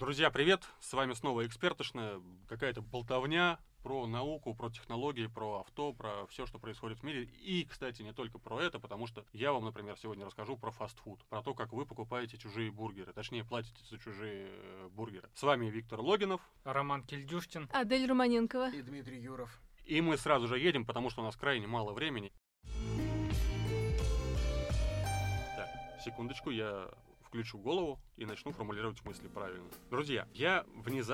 Друзья, привет! С вами снова Экспертошная. Какая-то болтовня про науку, про технологии, про авто, про все, что происходит в мире. И, кстати, не только про это, потому что я вам, например, сегодня расскажу про фастфуд, про то, как вы покупаете чужие бургеры, точнее, платите за чужие бургеры. С вами Виктор Логинов, Роман Кильдюштин, Адель Романенкова и Дмитрий Юров. И мы сразу же едем, потому что у нас крайне мало времени. Так, секундочку, я включу голову и начну формулировать мысли правильно. Друзья, я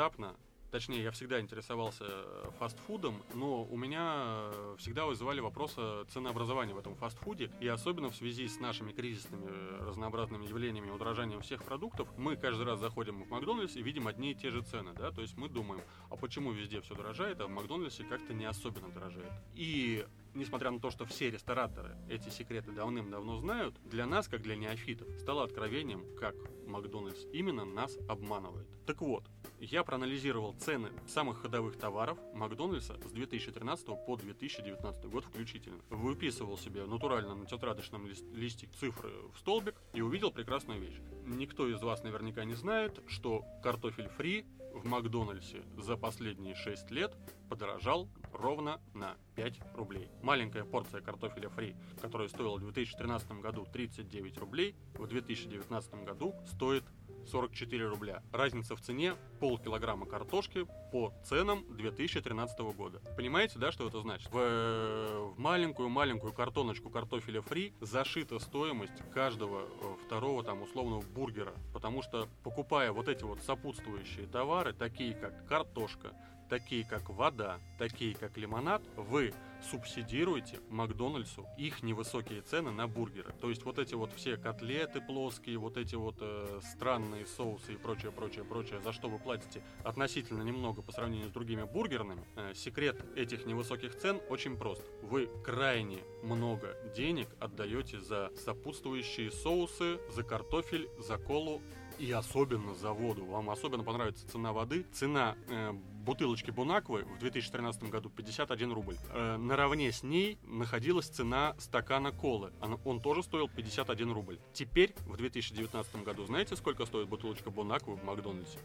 всегда интересовался фастфудом, но у меня всегда вызывали вопросы ценообразования в этом фастфуде, и особенно в связи с нашими кризисными разнообразными явлениями, удорожанием всех продуктов, мы каждый раз заходим в Макдональдс и видим одни и те же цены, да, то есть мы думаем, а почему везде все дорожает, а в Макдональдсе как-то не особенно дорожает. И несмотря на то, что все рестораторы эти секреты давным-давно знают, для нас, как для неофитов, стало откровением, как Макдональдс именно нас обманывает. Так вот, я проанализировал цены самых ходовых товаров Макдональдса с 2013 по 2019 год включительно. Выписывал себе натурально на тетрадочном листе цифры в столбик и увидел прекрасную вещь. Никто из вас наверняка не знает, что картофель фри в Макдональдсе за последние 6 лет подорожал ровно на 5 рублей. Маленькая порция картофеля фри, которая стоила в 2013 году 39 рублей, в 2019 году стоит 44 рубля. Разница в цене полкилограмма картошки по ценам 2013 года. Понимаете, да, что это значит? В маленькую картоночку картофеля фри зашита стоимость каждого второго там условного бургера. Потому что, покупая вот эти вот сопутствующие товары, такие как картошка, такие как вода, такие как лимонад, вы субсидируете Макдональдсу их невысокие цены на бургеры. То есть вот эти вот все котлеты плоские, вот эти вот странные соусы и прочее, за что вы платите относительно немного по сравнению с другими бургерными. Секрет этих невысоких цен очень прост. Вы крайне много денег отдаете за сопутствующие соусы, за картофель, за колу, и особенно за воду. Вам особенно понравится цена воды. Цена бутылочки Бонаквы в 2013 году 51 рубль. Наравне с ней находилась цена стакана колы. Он тоже стоил 51 рубль. Теперь, в 2019 году, знаете, сколько стоит бутылочка Бонаквы в Макдональдсе?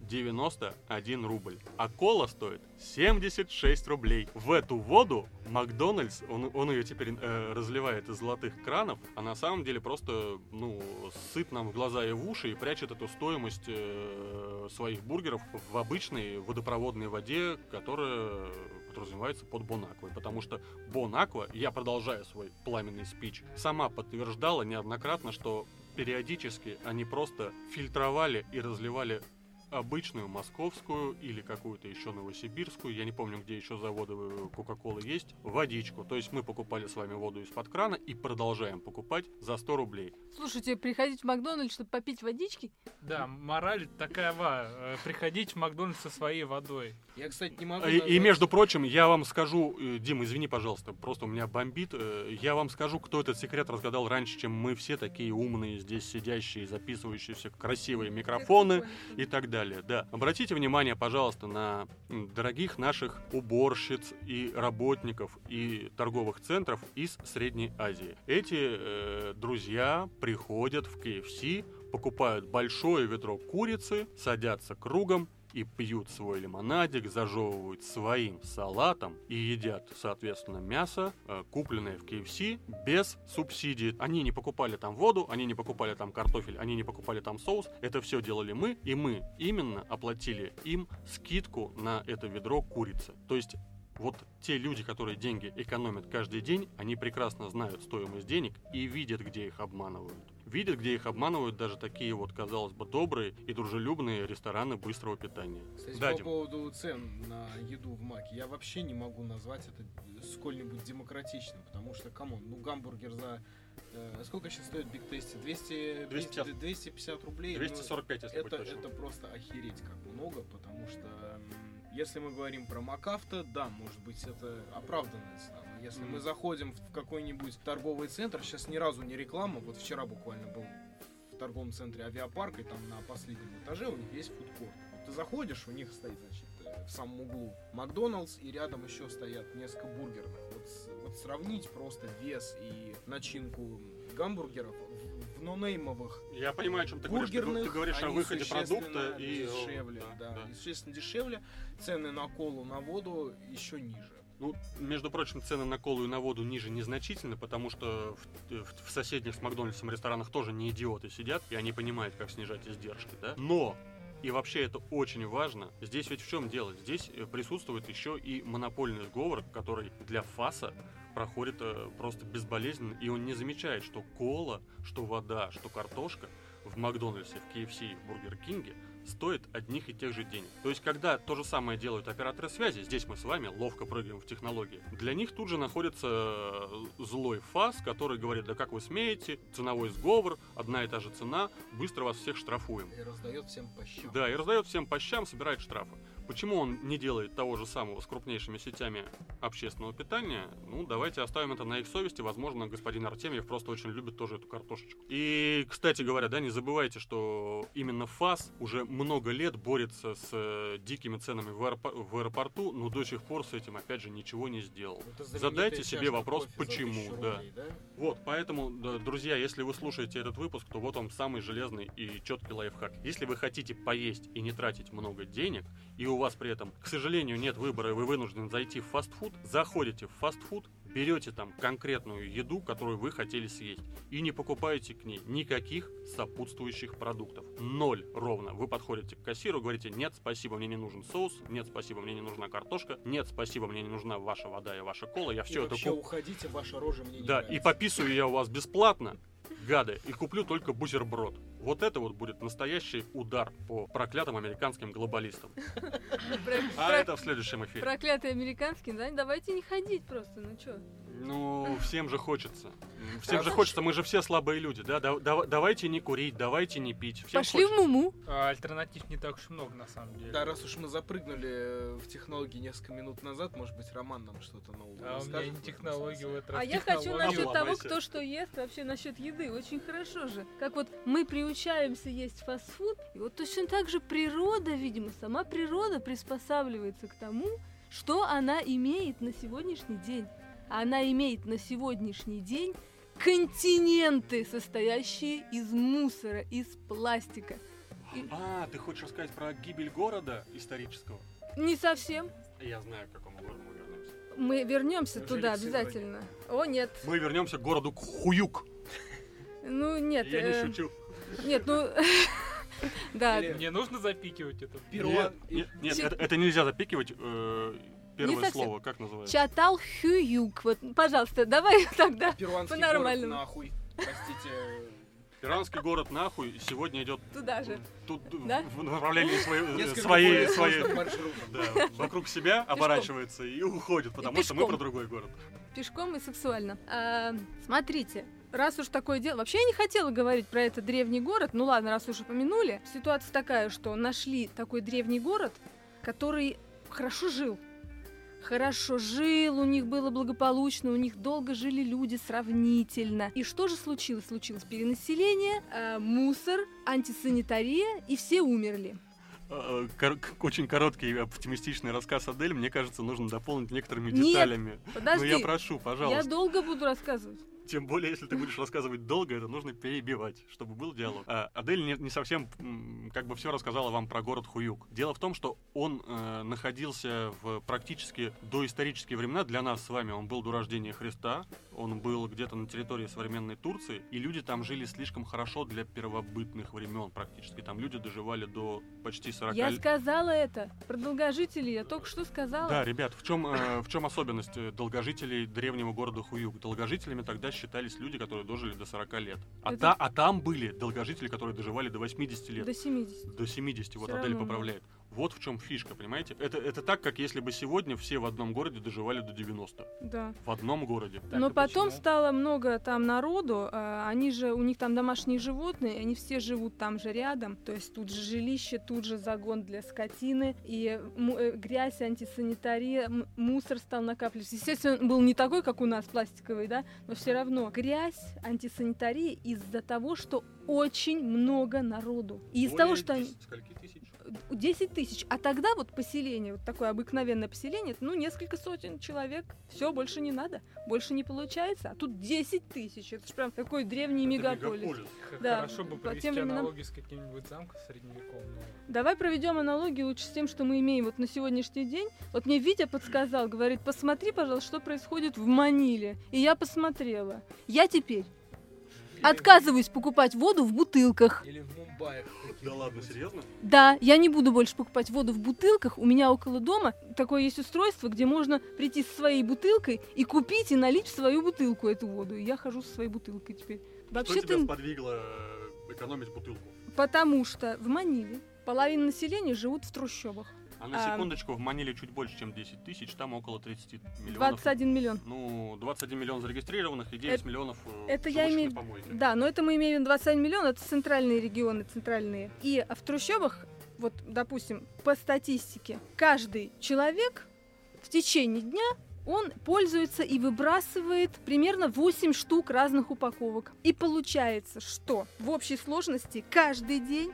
91 рубль. А кола стоит 76 рублей. В эту воду Макдональдс, он ее теперь разливает из золотых кранов, а на самом деле просто, сыт нам в глаза и в уши и прячет эту стоимость своих бургеров в обычной водопроводной воде, которая подразумевается под Бонаквой. Потому что Бонаква, я продолжаю свой пламенный спич, сама подтверждала неоднократно, что периодически они просто фильтровали и разливали обычную московскую или какую-то еще новосибирскую, я не помню, где еще заводы Кока-Колы есть, водичку. То есть мы покупали с вами воду из-под крана и продолжаем покупать за 100 рублей. Слушайте, приходить в Макдональдс, чтобы попить водички? Да, мораль такова, приходить в Макдональдс со своей водой. Я, кстати, не могу... И между прочим, я вам скажу, Дим, извини, пожалуйста, просто у меня бомбит, я вам скажу, кто этот секрет разгадал раньше, чем мы все такие умные, здесь сидящие, записывающие все красивые микрофоны и так далее. Да. Обратите внимание, пожалуйста, на дорогих наших уборщиц и работников и торговых центров из Средней Азии. Эти друзья приходят в KFC, покупают большое ведро курицы, садятся кругом и пьют свой лимонадик, зажевывают своим салатом и едят, соответственно, мясо, купленное в KFC, без субсидий. Они не покупали там воду, они не покупали там картофель, они не покупали там соус. Это все делали мы, и мы именно оплатили им скидку на это ведро курицы. То есть вот те люди, которые деньги экономят каждый день, они прекрасно знают стоимость денег и видят, где их обманывают. Видят, где их обманывают даже такие вот, казалось бы, добрые и дружелюбные рестораны быстрого питания. Кстати, да, по Дим. поводу цен на еду в Маке, я вообще не могу назвать это сколь-нибудь демократичным, потому что, камон, гамбургер за... сколько сейчас стоит Биг Тейсти? 250 рублей? 245, если быть точным. Это просто охереть как много, потому что... Если мы говорим про МакАвто, да, может быть, это оправданная цена. Но если мы заходим в какой-нибудь торговый центр, сейчас ни разу не реклама, вот вчера буквально был в торговом центре Авиапарк, и там на последнем этаже у них есть фудкорт. Вот ты заходишь, у них стоит, значит, в самом углу Макдональдс, и рядом еще стоят несколько бургерных. Вот сравнить просто вес и начинку гамбургеров в нонеймовых Я понимаю, о чем ты говоришь. бургерных, Ты говоришь о они выходе продукта существенно и... дешевле, да, естественно, дешевле. Цены на колу, на воду еще ниже. Ну, между прочим, цены на колу и на воду ниже незначительно, потому что в соседних с Макдональдсом ресторанах тоже не идиоты сидят, и они понимают, как снижать издержки, да? Но, и вообще это очень важно, здесь ведь в чем дело? Здесь присутствует еще и монопольный сговор, который для ФАСа проходит просто безболезненно, и он не замечает, что кола, что вода, что картошка в Макдональдсе, в KFC, в Бургер Кинге стоит одних и тех же денег. То есть, когда то же самое делают операторы связи, здесь мы с вами ловко прыгаем в технологии, для них тут же находится злой ФАС, который говорит, да как вы смеете, ценовой сговор, одна и та же цена, быстро вас всех штрафуем. И раздает всем по щам. Да, и раздает всем по щам, собирает штрафы. Почему он не делает того же самого с крупнейшими сетями общественного питания? Ну, давайте оставим это на их совести. Возможно, господин Артемьев просто очень любит тоже эту картошечку. И, кстати говоря, да, не забывайте, что именно ФАС уже много лет борется с дикими ценами в аэропорту, но до сих пор с этим, опять же, ничего не сделал. Задайте себе вопрос, почему, да. Вот, поэтому, да, друзья, если вы слушаете этот выпуск, то вот вам самый железный и четкий лайфхак. Если вы хотите поесть и не тратить много денег, и у вас при этом, к сожалению, нет выбора, и вы вынуждены зайти в фастфуд, заходите в фастфуд, берете там конкретную еду, которую вы хотели съесть, и не покупаете к ней никаких сопутствующих продуктов. 0 ровно. Вы подходите к кассиру, говорите: нет, спасибо, мне не нужен соус, нет, спасибо, мне не нужна картошка, нет, спасибо, мне не нужна ваша вода и ваша кола, я все это куплю. Уходите, ваша рожа мне не Да, нравится. и пописываю я у вас бесплатно, гады, и куплю только бутерброд. Вот это вот будет настоящий удар по проклятым американским глобалистам. А это в следующем эфире. Проклятые американские, да? Давайте не ходить просто, ну чё? Ну, всем же хочется. Всем же хочется, мы же все слабые люди, да? Давайте не курить, давайте не пить. Всем Пошли в хочется. Муму. Альтернатив не так уж много, на самом деле. Да, раз уж мы запрыгнули в технологии несколько минут назад, может быть, Роман нам что-то новое А у меня расскажет не в этом технологии в смысле. этот раз. А я хочу технологии. насчет того, Ломайся. кто что ест, вообще насчет еды. Очень хорошо же. Как вот мы приучаемся есть фастфуд, и вот точно так же природа, видимо, сама природа приспосабливается к тому, что она имеет на сегодняшний день. Она имеет на сегодняшний день континенты, состоящие из мусора, из пластика. А, ты хочешь рассказать про гибель города исторического? Не совсем. Я знаю, к какому городу мы вернемся. Мы вернемся Неужели туда к Северу? обязательно. О, нет. Мы вернемся к городу Хуюк. Ну, нет. Я не шучу. Нет, ну... Да, Или- Мне нужно запикивать это. Нет, это нельзя запикивать. Первое совсем. слово, как называется? Чатал Хююк. Вот, пожалуйста, давай тогда. Перуанский По-нормальному. город нахуй. Простите. Иранский город нахуй сегодня идет Туда же. тут Да? в направлении Несколько своей, более сложных маршрутов. да, вокруг себя оборачивается и уходит, потому что мы пешком. про другой город. Пешком и сексуально. Смотрите, раз уж такое дело... Вообще я не хотела говорить про этот древний город. Ну ладно, раз уж упомянули. Ситуация такая, что нашли такой древний город, который хорошо жил. Хорошо жил, у них было благополучно, у них долго жили люди сравнительно. И что же случилось? Случилось перенаселение, мусор, антисанитария, и все умерли. Очень короткий и оптимистичный рассказ Адель, мне кажется, нужно дополнить некоторыми Нет, деталями. Подожди, Ну я прошу, я пожалуйста. долго буду рассказывать. Тем более, если ты будешь рассказывать долго, это нужно перебивать, чтобы был диалог. Адель не совсем как бы все рассказала вам про город Хуюк. Дело в том, что он находился в практически доисторические времена. Для нас с вами он был до рождения Христа. Он был где-то на территории современной Турции. И люди там жили слишком хорошо для первобытных времен практически. Там люди доживали до почти 40 Я лет. сказала это. Про долгожителей я только что сказала. Да, ребят, в чем особенность долгожителей древнего города Хуюк? Долгожителями тогда считались люди, которые дожили до 40 лет. Это- А там были долгожители, которые доживали до 80 лет. До 70. До 70, вот Всё Адель равно, поправляет. Вот в чем фишка, понимаете? Это так, как если бы сегодня все в одном городе доживали до 90. Да. В одном городе. Так, Но и потом почему? стало много там народу, они же, у них там домашние животные, они все живут там же рядом, то есть тут же жилище, тут же загон для скотины, и грязь, антисанитария, мусор стал накапливаться. Естественно, он был не такой, как у нас, пластиковый, да, но все равно грязь, антисанитария из-за того, что очень много народу. И из-за того, что они... Скольки тысяч? 10 тысяч. А тогда вот поселение, вот такое обыкновенное поселение, это, ну, несколько сотен человек. Все, больше не надо, больше не получается. А тут 10 тысяч. Это же прям такой древний мегаполис. Да, Хорошо бы по провести тем временам. аналогию с каким-нибудь замком средневековым. Давай проведем аналогию лучше с тем, что мы имеем вот на сегодняшний день. Вот мне Витя подсказал, говорит, посмотри, пожалуйста, что происходит в Маниле. И я посмотрела. Я теперь отказываюсь покупать воду в бутылках. Или в Мумбаях. Да ладно, серьезно? Да, я не буду больше покупать воду в бутылках. У меня около дома такое есть устройство, где можно прийти со своей бутылкой и купить и налить в свою бутылку эту воду. И я хожу со своей бутылкой теперь. Что Вообще-то, тебя сподвигло экономить бутылку? потому что в Маниле половина населения живут в трущобах. А на секундочку, в Маниле чуть больше, чем 10 тысяч, там около 30 миллионов. 21 миллион. Ну, 21 миллион зарегистрированных и 9 миллионов это я живущих имею- на помойке. Да, но это мы имеем в виду 21 миллион, это центральные регионы, центральные. И в трущобах, вот, допустим, по статистике, каждый человек в течение дня он пользуется и выбрасывает примерно 8 штук разных упаковок. И получается, что в общей сложности каждый день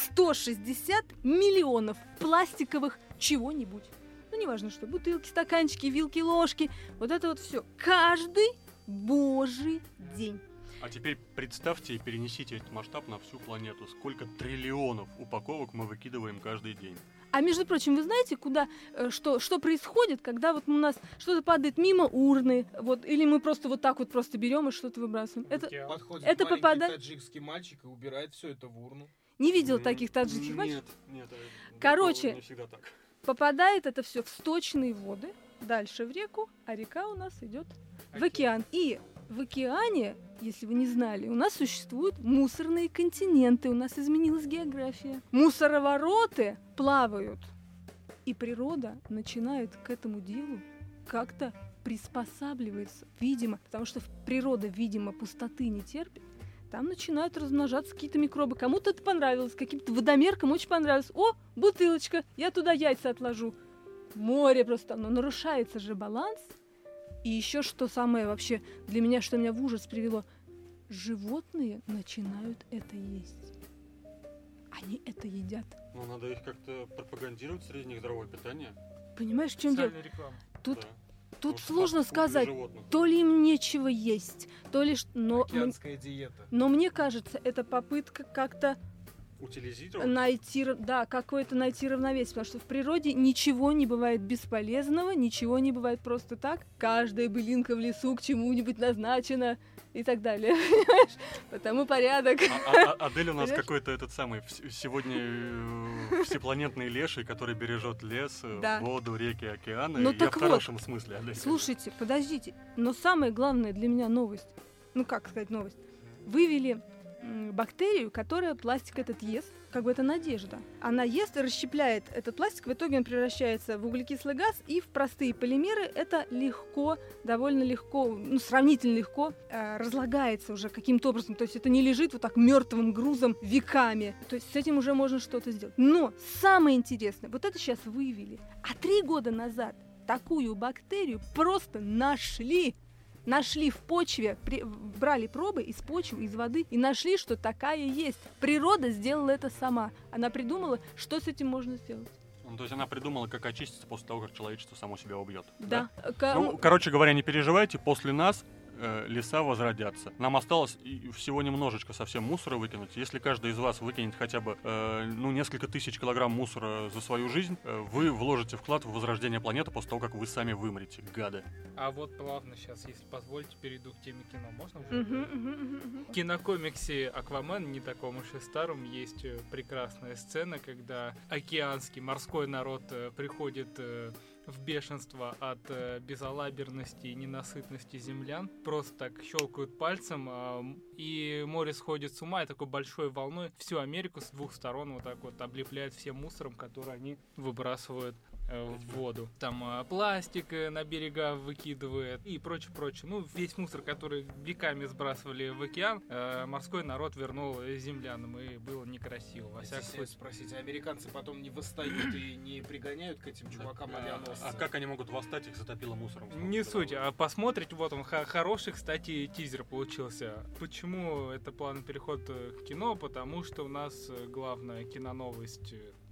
160 миллионов пластиковых чего-нибудь. Ну, неважно что, бутылки, стаканчики, вилки, ложки, вот это вот все. Каждый божий день. А теперь представьте и перенесите этот масштаб на всю планету. Сколько триллионов упаковок мы выкидываем каждый день. А между прочим, вы знаете, куда, что происходит, когда вот у нас что-то падает мимо урны, вот, или мы просто вот так вот просто берем и что-то выбрасываем. Это Подходит Это маленький попадает- таджикский мальчик и убирает все это в урну. не видел таких таджикских мальчиков. Нет. Короче, не всегда так. Попадает это все в сточные воды, дальше в реку, а река у нас идет в океан. И в океане, если вы не знали, у нас существуют мусорные континенты, у нас изменилась география. Мусоровороты плавают. И природа начинает к этому делу как-то приспосабливается, видимо, потому что природа, видимо, пустоты не терпит. Там начинают размножаться какие-то микробы. Кому-то это понравилось, каким-то водомеркам очень понравилось. О, бутылочка, я туда яйца отложу. Море просто, но нарушается же баланс. И еще что самое вообще для меня, что меня в ужас привело. Животные начинают это есть. Они это едят. Ну, надо их как-то пропагандировать среди них здоровое питание. Понимаешь, в чем дело? Социальная реклама. Тут, Да. тут Потому что сложно фастфуд для сказать, животных. то ли им нечего есть, то ли... Океанская диета. Но мне кажется, это попытка как-то Утилизировать? какое-то найти равновесие, потому что в природе ничего не бывает бесполезного, ничего не бывает просто так. Каждая былинка в лесу к чему-нибудь назначена и так далее, понимаешь? Потому порядок. Адель у нас Понимаешь? какой-то этот самый сегодня всепланетный леший, который бережет лес, Да. воду, реки, океаны. Ну Я так в вот, хорошем смысле, Адель. Слушайте, подождите, но самое главное для меня новость, ну как сказать новость, вывели бактерию, которая пластик этот ест, как бы это надежда. Она ест и расщепляет этот пластик, в итоге он превращается в углекислый газ и в простые полимеры. Это легко, довольно легко, ну сравнительно легко разлагается уже каким-то образом. То есть это не лежит вот так мертвым грузом веками. То есть с этим уже можно что-то сделать. Но самое интересное, вот это сейчас выявили. А 3 года назад такую бактерию просто нашли. Нашли в почве, брали пробы из почвы, из воды и нашли, что такая есть. Природа сделала это сама. Она придумала, что с этим можно сделать. Ну, то есть она придумала, как очиститься после того, как человечество само себя убьет. Да. Ну, короче говоря, не переживайте, после нас леса возродятся. Нам осталось всего немножечко совсем мусора выкинуть. Если каждый из вас выкинет хотя бы несколько тысяч килограмм мусора за свою жизнь, вы вложите вклад в возрождение планеты после того, как вы сами вымрете, гады. А вот плавно сейчас, если позволите, перейду к теме кино. Можно уже? В кинокомиксе «Аквамен», не таком уж и старом, есть прекрасная сцена, когда океанский морской народ приходит в бешенство от безалаберности и ненасытности землян. Просто так щелкают пальцем, и море сходит с ума, и такой большой волной всю Америку с двух сторон вот так вот облепляет всем мусором, который они выбрасывают в воду. Там пластик на берега выкидывает и прочее. Ну, весь мусор, который веками сбрасывали в океан, морской народ вернул землянам, и было некрасиво. Во всяком Стесняюсь случае. спросить, а американцы потом не восстают и не пригоняют к этим чувакам авианосцы? А как они могут восстать, их затопило мусором? Не суть, а посмотрите, вот он, хороший, кстати, тизер получился. Почему это плавный переход к кино? Потому что у нас главная киноновость,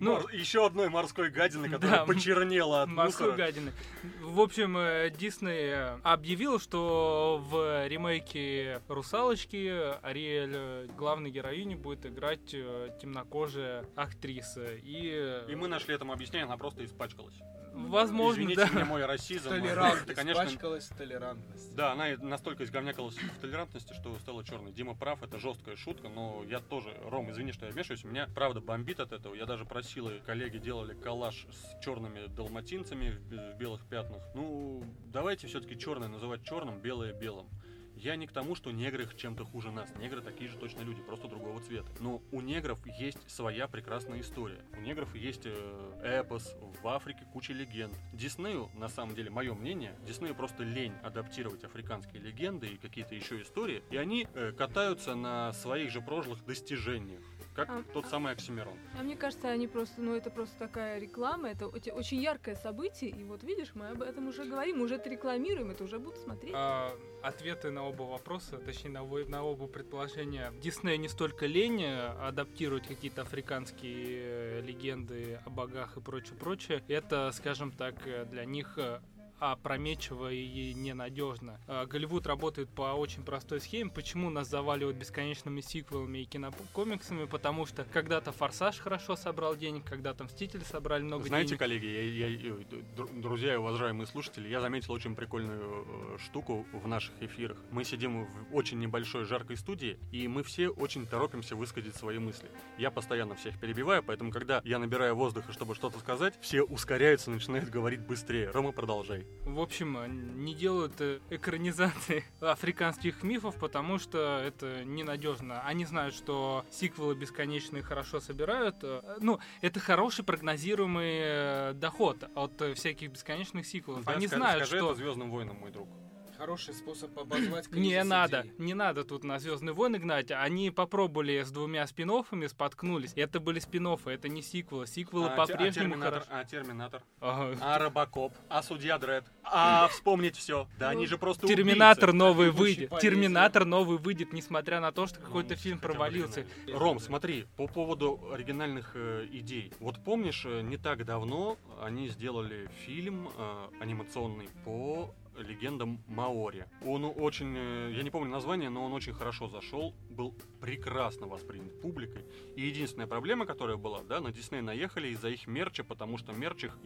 Еще одной морской гадины, которая почернела от морской мусора. гадины. В общем, Дисней объявил, что в ремейке «Русалочки» Ариэль, главной героиню, будет играть темнокожая актриса. И мы нашли этому объяснение, она просто испачкалась. Возможно, извините да. мне мой расизм. Толерантность, конечно, испачкалась толерантность. Да, она настолько изговнякалась в толерантности, что стала черной. Дима прав, это жесткая шутка, но я тоже, Ром, извини, что я вмешиваюсь, меня правда бомбит от этого. Я даже просил, и коллеги делали коллаж с черными далматинцами в белых пятнах. Ну, давайте все-таки черное называть черным, белое белым. Я не к тому, что негры чем-то хуже нас. Негры такие же точно люди, просто другого цвета. Но у негров есть своя прекрасная история. У негров есть эпос, в Африке куча легенд. Диснею, на самом деле, мое мнение, Диснею просто лень адаптировать африканские легенды и какие-то еще истории. И они катаются на своих же прошлых достижениях. Как тот самый Оксимирон. А мне кажется, они просто, это просто такая реклама, это очень яркое событие, и вот видишь, мы об этом уже говорим, мы уже это рекламируем, это уже будут смотреть. Ответы на оба вопроса, точнее на оба предположения. Дисней не столько лень адаптировать какие-то африканские легенды о богах и прочее. Это, скажем так, для них опрометчиво и ненадежно. Голливуд работает по очень простой схеме. Почему нас заваливают бесконечными сиквелами и кинокомиксами? Потому что когда-то «Форсаж» хорошо собрал денег, когда-то «Мстители» собрали много Знаете, денег. коллеги, друзья и уважаемые слушатели, я заметил очень прикольную штуку в наших эфирах. Мы сидим в очень небольшой жаркой студии, и мы все очень торопимся высказать свои мысли. Я постоянно всех перебиваю, поэтому, когда я набираю воздуха, чтобы что-то сказать, все ускоряются и начинают говорить быстрее. Рома, продолжай. В общем, не делают экранизации африканских мифов, потому что это ненадежно. Они знают, что сиквелы бесконечные хорошо собирают. Это хороший прогнозируемый доход от всяких бесконечных сиквелов. Да, Они знают, скажи что... это «Звездным войнам», мой друг. Хороший способ обозвать кризис Не надо тут на «Звездные войны» гнать. Они попробовали с 2 спин-оффами, споткнулись. Это были спин-оффы, это не сиквелы. Сиквелы по-прежнему хорошо. Терминатор? Ага. А Робокоп? А Судья Дред? Вспомнить все. Да они же просто Терминатор убийцы. новый Очень выйдет. полезно. Терминатор новый выйдет, несмотря на то, что какой-то фильм хотя бы провалился. оригинальный. Ром, смотри, по поводу оригинальных идей. Вот помнишь, не так давно они сделали фильм анимационный по легендам Маори. Он очень, я не помню название, но он очень хорошо зашел, был прекрасно воспринят публикой. И единственная проблема, которая была, на Дисней наехали из-за их мерча, потому что мерч их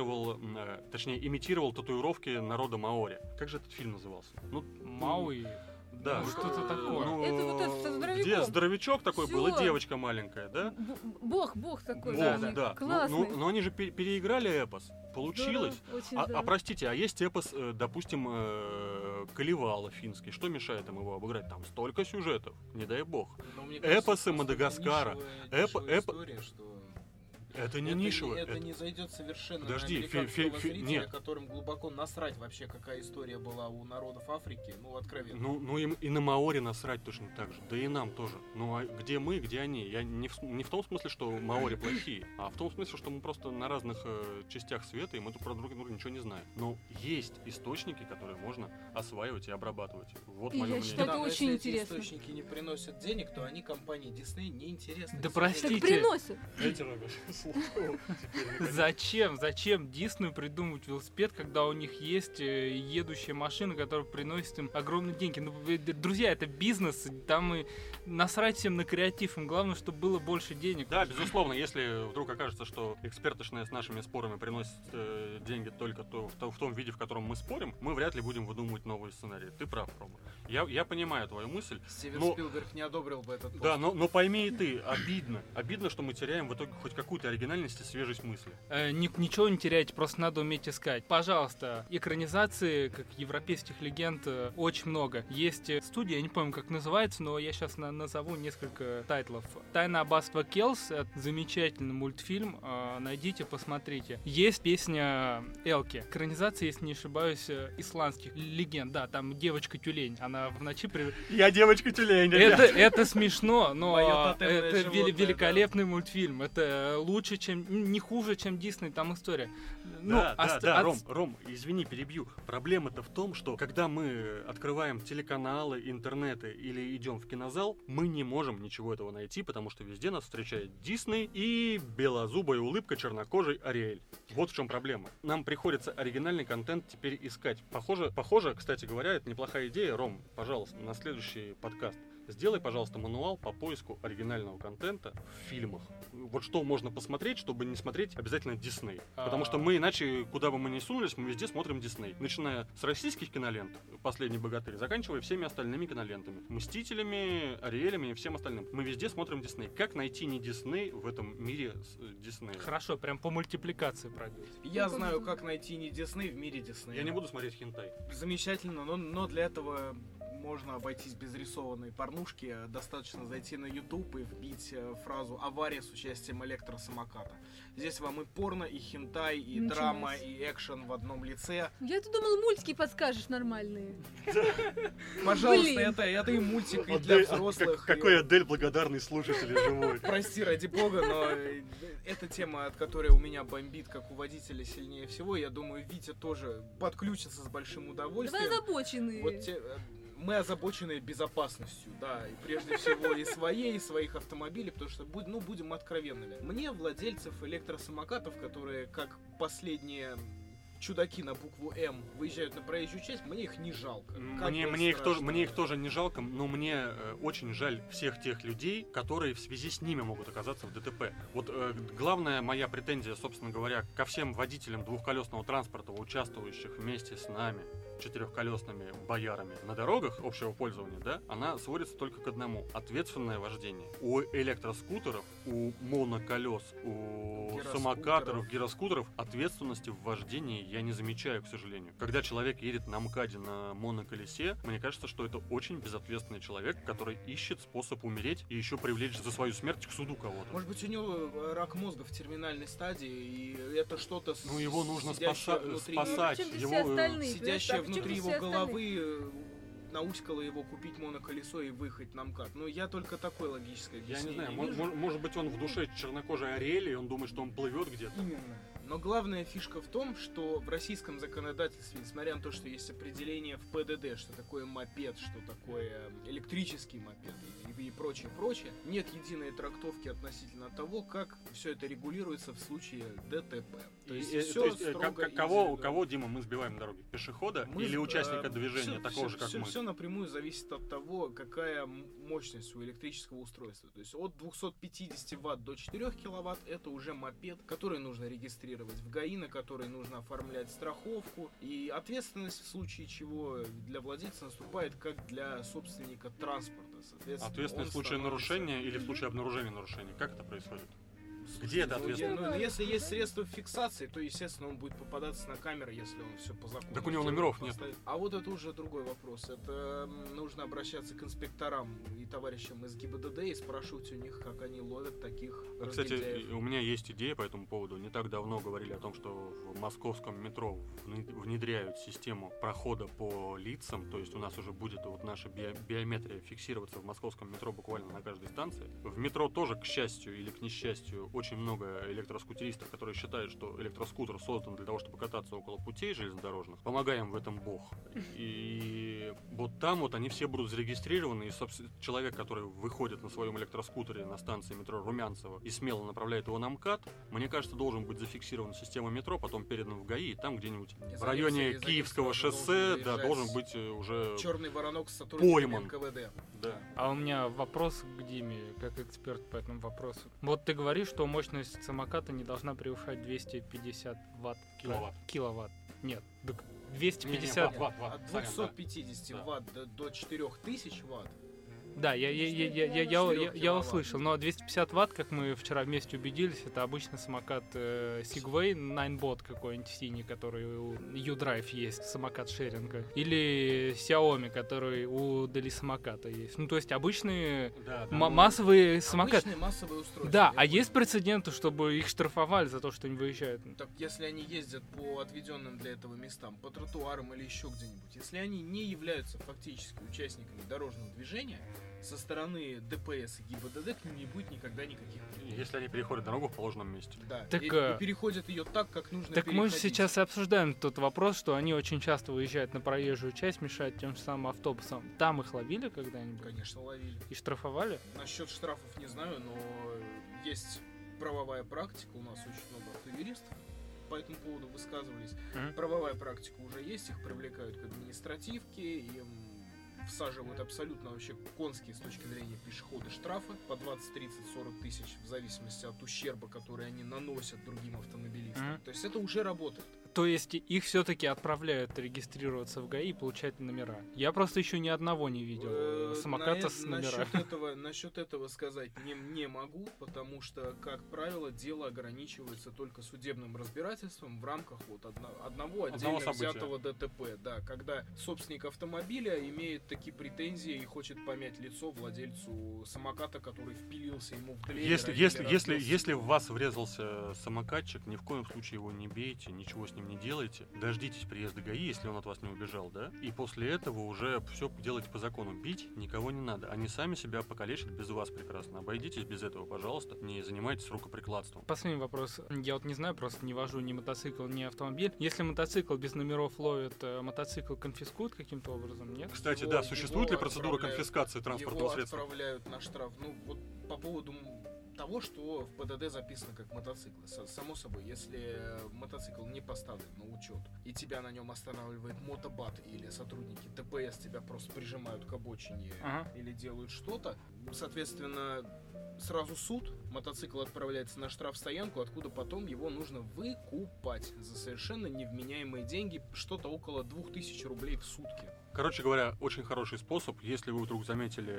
имитировал татуировки народа Маори. Как же этот фильм назывался? Мауи. Да, что-то такое. Это вот этот со здоровяком. Где здоровячок такой был и Всё. девочка маленькая, да? Бог такой. Бог, да. Классный. Но они же переиграли эпос. Получилось. Здорово, очень здорово. Простите, а есть эпос, допустим, Калевала финский. Что мешает им его обыграть? Там столько сюжетов, не дай бог. Эпосы Мадагаскара. История, что Это не нишевое. Это не зайдет совершенно Подожди, на американского зрителя, нет. которым глубоко насрать вообще, какая история была у народов Африки, откровенно. Ну им и на Маори насрать точно так же. Да и нам тоже. Ну а где мы, где они? Я не в том смысле, что Маори плохие, а в том смысле, что мы просто на разных частях света, и мы тут про друг друга ничего не знаем. Но есть источники, которые можно осваивать и обрабатывать. Вот И мое я мнение. считаю, это но очень если интересно. эти источники не приносят денег, то они компании Disney не интересны. Да к сожалению. простите. Так приносит. Дайте, Роберт, слово. Зачем Диснею придумывать велосипед, когда у них есть едущая машина, которая приносит им огромные деньги? Друзья, это бизнес, там и насрать всем на креатив, им главное, чтобы было больше денег. Да, безусловно, если вдруг окажется, что экспертошная с нашими спорами приносит деньги только в том виде, в котором мы спорим, мы вряд ли будем выдумывать новые сценарии. Ты прав, Рома. Я понимаю твою мысль. Стивен но- Спилберг не одобрил бы этот пост. Да, но пойми и ты, обидно, что мы теряем в итоге хоть какую-то оригинальность и свежесть мысли. Ничего не теряйте, просто надо уметь искать. Пожалуйста, экранизации, как европейских легенд, очень много. Есть студия, я не помню, как называется, но я сейчас назову несколько тайтлов. «Тайна аббатства Келлс» — это замечательный мультфильм, найдите, посмотрите. Есть песня Элки. Экранизация, если не ошибаюсь, исландских легенд. Да, там девочка-тюлень, она в ночи... Я девочка-тюлень, Это смешно, но Моё тотемное это животное, великолепный мультфильм. Это лучше, не хуже, чем Дисней, там история. Ром, извини, перебью. Проблема-то в том, что когда мы открываем телеканалы, интернеты или идем в кинозал, мы не можем ничего этого найти, потому что везде нас встречает Дисней и белозубая улыбка чернокожий Ариэль. Вот в чем проблема. Нам приходится оригинальный контент теперь искать. Похоже, кстати говоря, это неплохая идея. Ром, пожалуйста, на следующий подкаст сделай, пожалуйста, мануал по поиску оригинального контента в фильмах. Вот что можно посмотреть, чтобы не смотреть обязательно Дисней. Потому что мы иначе, куда бы мы ни сунулись, мы везде смотрим Дисней. Начиная с российских кинолент, «Последний богатырь», заканчивая всеми остальными кинолентами. «Мстителями», «Ариэлями» и всем остальным. Мы везде смотрим Дисней. Как найти не Дисней в этом мире Диснея? Хорошо, прям по мультипликации пройдет. Я знаю, как найти не Дисней в мире Диснея. Я не буду смотреть хентай. Замечательно, но для этого можно обойтись без рисованной порнушки. Достаточно зайти на YouTube и вбить фразу «авария с участием электросамоката». Здесь вам и порно, и хентай, и Ничего драма, себе. и экшен в одном лице. Я-то думала, мультики подскажешь нормальные. Пожалуйста, Блин. это и мультик, и для взрослых. Какой и- Адель благодарный слушатель и живой. Прости, ради бога, но эта тема, от которой у меня бомбит, как у водителя, сильнее всего. Я думаю, Витя тоже подключится с большим Вы удовольствием. озабоченные. Мы озабочены безопасностью, да, и прежде всего и своей, и своих автомобилей, потому что, будем откровенными. Мне, владельцев электросамокатов, которые, как последние чудаки на букву М, выезжают на проезжую часть, мне их не жалко. Как бы Мне их страшно. тоже не жалко, но мне очень жаль всех тех людей, которые в связи с ними могут оказаться в ДТП. Вот главная моя претензия, собственно говоря, ко всем водителям двухколесного транспорта, участвующих вместе с нами, четырехколесными боярами на дорогах общего пользования, да, она сводится только к одному: ответственное вождение. У электроскутеров, у моноколес, у Гироскутеров. самокатеров, гироскутеров ответственности в вождении я не замечаю, к сожалению. Когда человек едет на МКАДе на моноколесе, мне кажется, что это очень безответственный человек, который ищет способ умереть и еще привлечь за свою смерть к суду кого-то. Может быть, у него рак мозга в терминальной стадии, и это что-то Ну, его нужно сидящее внутри- спасать. Причем здесь Его, все остальные? Сидящая Понимаешь, а внутри почему его все остальные? головы наускала его купить моноколесо и выехать на МКАД. Ну, я только такое логическое Я не объяснение знаю, вижу. может быть, он в душе чернокожий Ариэль, и он думает, что он плывет где-то. Именно. Но главная фишка в том, что в российском законодательстве, несмотря на то, что есть определение в ПДД, что такое мопед, что такое электрический мопед и прочее, нет единой трактовки относительно того, как все это регулируется в случае ДТП. То есть все строго кого, Дима, мы сбиваем на дороге? Пешехода Мы, или участника движения, всё- такого всё- же, как всё- мы? Всё напрямую зависит от того, какая мощность у электрического устройства. То есть от 250 ватт до 4 киловатт это уже мопед, который нужно регистрировать в ГАИ, на который нужно оформлять страховку. И ответственность в случае чего для владельца наступает как для собственника транспорта. Соответственно, Ответственность в он случае становится- нарушения или в случае обнаружения нарушения? Как это происходит? Где это Ну, ответственность? если есть средства фиксации, то, естественно, он будет попадаться на камеры, если он все по закону. Так у него сделает, номеров нет. поставит. А вот это уже другой вопрос. Это нужно обращаться к инспекторам и товарищам из ГИБДД и спрашивать у них, как они ловят таких Кстати, разгильдяев. у меня есть идея по этому поводу. Не так давно говорили о том, что в московском метро внедряют систему прохода по лицам. То есть у нас уже будет вот наша биометрия фиксироваться в московском метро буквально на каждой станции. В метро тоже, к счастью или к несчастью, очень много электроскутеристов, которые считают, что электроскутер создан для того, чтобы кататься около путей железнодорожных. Помогаем в этом Бог. И вот там вот они все будут зарегистрированы, и человек, который выходит на своем электроскутере на станции метро Румянцево и смело направляет его на МКАД, мне кажется, должен быть зафиксирован системой метро, потом передан в ГАИ, и там где-нибудь в районе из-за Киевского них сразу шоссе, да, выезжать должен быть уже черный воронок с сотрудниками пойман. НКВД. да. А у меня вопрос к Диме, как эксперт по этому вопросу. Вот ты говоришь, что мощность самоката не должна превышать 250 ватт. Киловатт. Нет, так 250... Не, ватт, От сорян, да. 250 Да. ватт до 4000 ватт. Да, я 4 киловатт. услышал, но 250 ватт, как мы вчера вместе убедились, это обычный самокат Segway, Ninebot какой-нибудь синий, который у U-Drive есть, самокат шеринга, или Xiaomi, который у Дели самоката есть. Ну, то есть обычные Да, массовые самокаты. Обычные массовые устройства. Да, я а понял. есть прецеденты, чтобы их штрафовали за то, что они выезжают? Так если они ездят по отведенным для этого местам, по тротуарам или еще где-нибудь, если они не являются фактически участниками дорожного движения, со стороны ДПС и ГИБДД к ним не будет никогда никаких претензий. Если они переходят дорогу в положенном месте. Да, Так, и переходят ее так, как нужно Так мы же переходить. сейчас и обсуждаем тот вопрос, что они очень часто выезжают на проезжую часть, мешают тем же самым автобусам. Там их ловили когда-нибудь? Конечно, ловили. И штрафовали? Насчет штрафов не знаю, но есть правовая практика, у нас очень много автоюристов по этому поводу высказывались. Правовая практика уже есть, их привлекают к административке, им всаживают абсолютно вообще конские с точки зрения пешехода штрафы по 20, 30, 40 тысяч в зависимости от ущерба, который они наносят другим автомобилистам. То есть это уже работает. То есть их все-таки отправляют регистрироваться в ГАИ и получать номера. Я просто еще ни одного не видел самоката с номерами. Насчет этого сказать не могу, потому что, как правило, дело ограничивается только судебным разбирательством в рамках вот одного отдельно взятого ДТП. Да, когда собственник автомобиля имеет такие претензии и хочет помять лицо владельцу самоката, который впилился ему в дверь. Если в вас врезался самокатчик, ни в коем случае его не бейте, ничего с ним не делайте. Дождитесь приезда ГАИ, если он от вас не убежал, да? И после этого уже все делайте по закону. Бить никого не надо. Они сами себя покалечат без вас прекрасно. Обойдитесь без этого, пожалуйста. Не занимайтесь рукоприкладством. Последний вопрос. Я вот не знаю, просто не вожу ни мотоцикл, ни автомобиль. Если мотоцикл без номеров ловит, мотоцикл конфискуют каким-то образом, нет? Кстати, да, существует ли процедура конфискации транспортного средства? Его отправляют на штраф. Ну, вот по поводу того, что в ПДД записано как мотоциклы. Само собой, если мотоцикл не поставлен на учет, и тебя на нем останавливает мотобат или сотрудники ДПС тебя просто прижимают к обочине или делают что-то, соответственно, сразу суд, мотоцикл отправляется на штрафстоянку, откуда потом его нужно выкупать за совершенно невменяемые деньги, что-то около 2000 рублей в сутки. Короче говоря, очень хороший способ, если вы вдруг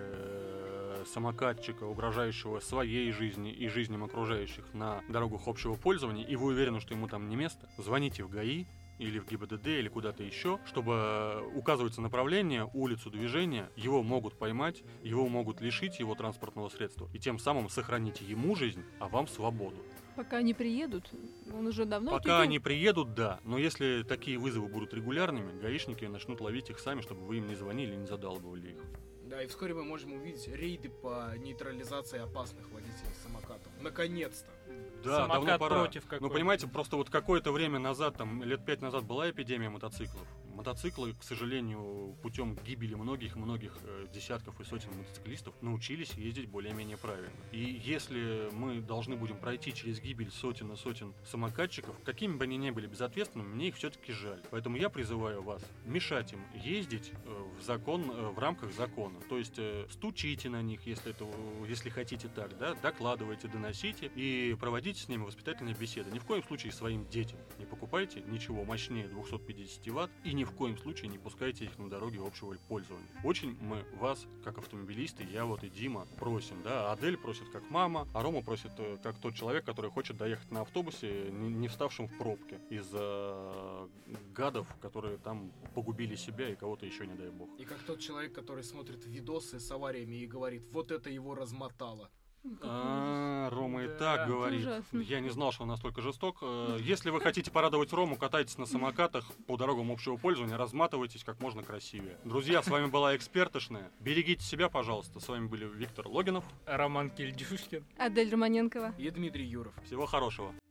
заметили самокатчика, угрожающего своей жизни и жизням окружающих на дорогах общего пользования, и вы уверены, что ему там не место, звоните в ГАИ или в ГИБДД, или куда-то еще, чтобы указывается направление, улицу движения, его могут поймать, его могут лишить его транспортного средства, и тем самым сохраните ему жизнь, а вам свободу. Пока они приедут, он уже давно Пока они приедут, да. Но если такие вызовы будут регулярными, гаишники начнут ловить их сами, чтобы вы им не звонили и не задалбывали их. Да, и вскоре мы можем увидеть рейды по нейтрализации опасных водителей самокатов. Наконец-то! Да, самокат давно пора. против какой-то. Ну, понимаете, просто вот какое-то время назад, там, лет 5 назад была эпидемия мотоциклов. Мотоциклы, к сожалению, путем гибели многих десятков и сотен мотоциклистов научились ездить более-менее правильно. И если мы должны будем пройти через гибель сотен и сотен самокатчиков, какими бы они ни были безответственными, мне их все-таки жаль. Поэтому я призываю вас мешать им ездить в рамках закона. То есть стучите на них, если хотите так, да, докладывайте, доносите и проводите с ними воспитательные беседы. Ни в коем случае своим детям не покупайте ничего мощнее 250 ватт и ни в коем случае не пускайте их на дороге общего пользования. Очень мы вас, как автомобилисты, я вот и Дима, просим, да, Адель просит как мама, а Рома просит как тот человек, который хочет доехать на автобусе, не вставшим в пробке из-за гадов, которые там погубили себя и кого-то еще, не дай бог. И как тот человек, который смотрит видосы с авариями и говорит, вот это его размотало. Рома и так говорит. Ужасно. Я не знал, что он настолько жесток. Если вы хотите порадовать Рому, катайтесь на самокатах по дорогам общего пользования, разматывайтесь как можно красивее. Друзья, с вами была Экспертошная. Берегите себя, пожалуйста. С вами были Виктор Логинов, Роман Кильдюшкин, Адель Романенкова И Дмитрий Юров. Всего хорошего.